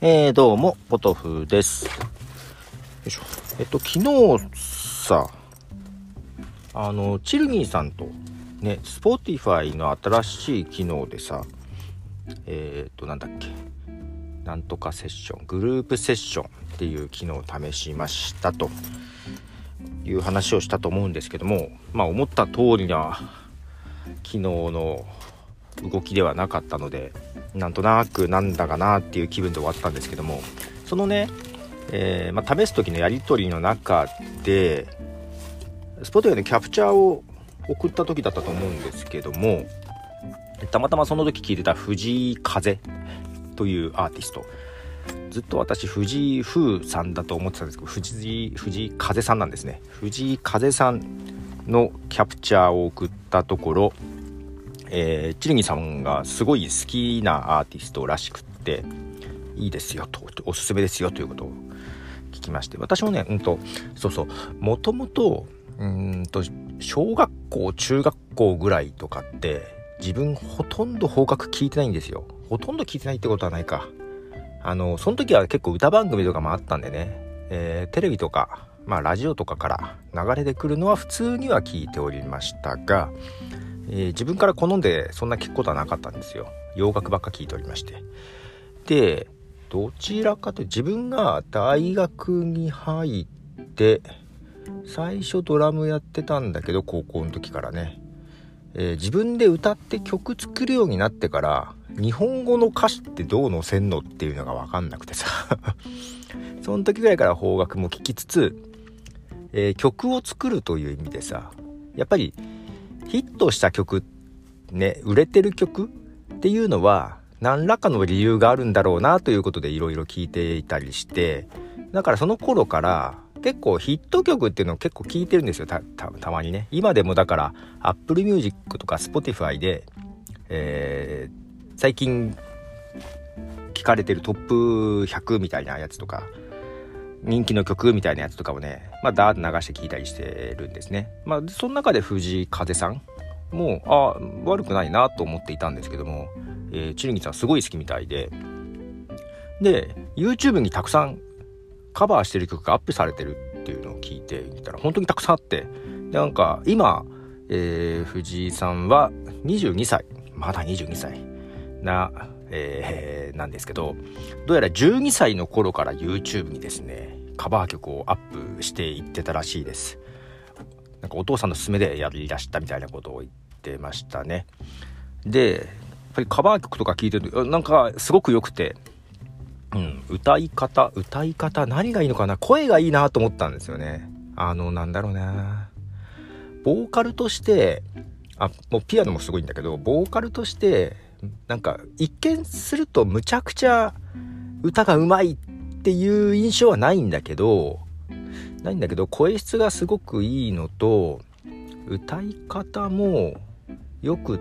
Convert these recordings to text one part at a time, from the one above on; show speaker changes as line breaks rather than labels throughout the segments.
どうもポトフです。よいしょ。昨日さ、チルニーさんとね、Spotify の新しい機能でさ、なんだっけ、なんとかセッション、グループセッションっていう機能を試しましたという話をしたと思うんですけども、思った通りな昨日の動きではなかったので、なんとなくなんだかなっていう気分で終わったんですけども、そのね、試す時のやり取りの中でSpotifyのキャプチャーを送った時だったと思うんですけども、たまたまその時聴いてた藤井風というアーティスト、ずっと私藤井風さんだと思ってたんですけど、藤井風さんなんですね。藤井風さんのキャプチャーを送ったところ、チルギさんがすごい好きなアーティストらしくって、いいですよと、おすすめですよということを聞きまして、私もね、もともと小学校中学校ぐらいとかって自分ほとんど邦楽聞いてないんですよ。ほとんど聞いてないってことはないか。その時は結構歌番組とかもあったんでね、テレビとか、ラジオとかから流れてくるのは普通には聞いておりましたが、自分から好んでそんな聞くことはなかったんですよ。洋楽ばっか聞いておりまして、でどちらかというと自分が大学に入って最初ドラムやってたんだけど、高校の時からね、自分で歌って曲作るようになってから日本語の歌詞ってどう載せんのっていうのが分かんなくてさその時ぐらいから邦楽も聴きつつ、曲を作るという意味でさ、やっぱりヒットした曲ね、売れてる曲っていうのは何らかの理由があるんだろうなということでいろいろ聞いていたりして、だからその頃から結構ヒット曲っていうのを結構聞いてるんですよ。たまにね。今でもだから Apple Music とか Spotify で、最近聞かれてるトップ100みたいなやつとか、人気の曲みたいなやつとかもね、ダーッと流して聞いたりしてるんですね。その中で藤井風さんも悪くないなと思っていたんですけども、チルギさんすごい好きみたいで、YouTube にたくさんカバーしてる曲がアップされてるっていうのを聞いてみたら本当にたくさんあって、でなんか今、藤井さんは22歳、まだ22歳なんですけど、どうやら12歳の頃から YouTube にですねカバー曲をアップしていってたらしいです。なんかお父さんの勧めでやりだしたみたいなことを言ってましたね。でやっぱりカバー曲とか聞いてるとなんかすごく良くて、歌い方何がいいのかな、声がいいなと思ったんですよね。なんだろうな、ボーカルとしてもうピアノもすごいんだけど、ボーカルとしてなんか一見するとむちゃくちゃ歌がうまいっていう印象はないんだけど声質がすごくいいのと、歌い方もよくって、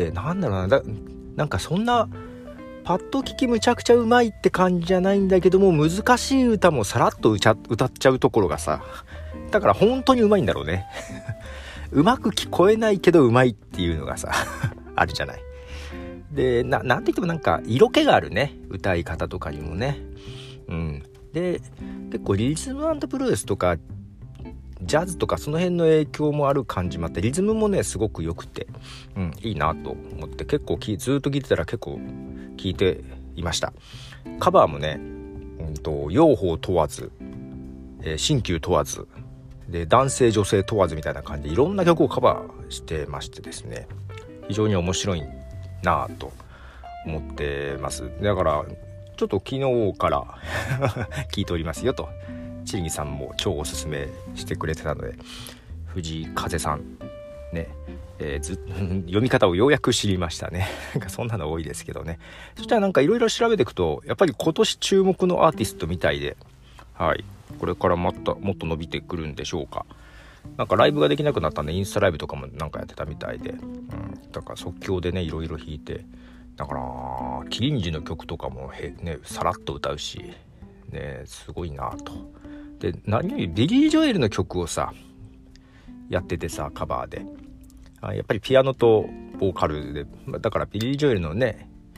なんかそんなパッと聞きむちゃくちゃうまいって感じじゃないんだけども、難しい歌もさらっと歌っちゃうところがさ、だから本当にうまいんだろうねうまく聞こえないけどうまいっていうのがさあるじゃない。でなんて言ってもなんか色気があるね、歌い方とかにもね。で結構リズム&ブルースとかジャズとかその辺の影響もある感じもあって、リズムもねすごく良くて、いいなと思って結構ずっと聴いてたら結構聴いていました。カバーもね、用法問わず、新旧問わずで男性女性問わずみたいな感じでいろんな曲をカバーしてましてですね、非常に面白いなと思ってます。だからちょっと昨日から聞いておりますよと、チルギさんも超おすすめしてくれてたので、藤井風さんね、読み方をようやく知りましたねそんなの多いですけどね。そしたらなんかいろいろ調べていくと、やっぱり今年注目のアーティストみたいで、これからもっと伸びてくるんでしょうか。なんかライブができなくなったんでインスタライブとかもなんかやってたみたいで、だから即興でねいろいろ弾いて、だからキリンジの曲とかもさらっと歌うしね、すごいなと。で何よりビリー・ジョエルの曲をさやっててさ、カバーでやっぱりピアノとボーカルで、だからビリー・ジョエルのね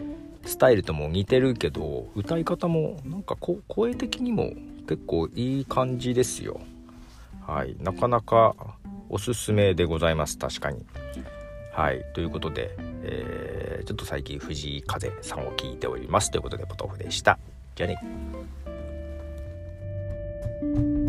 スタイルとも似てるけど、歌い方もなんか声的にも結構いい感じですよ。はい、なかなかおすすめでございます。確かに。はい、ということで、ちょっと最近藤井風さんを聞いておりますということで、ポトフでした。じゃあね。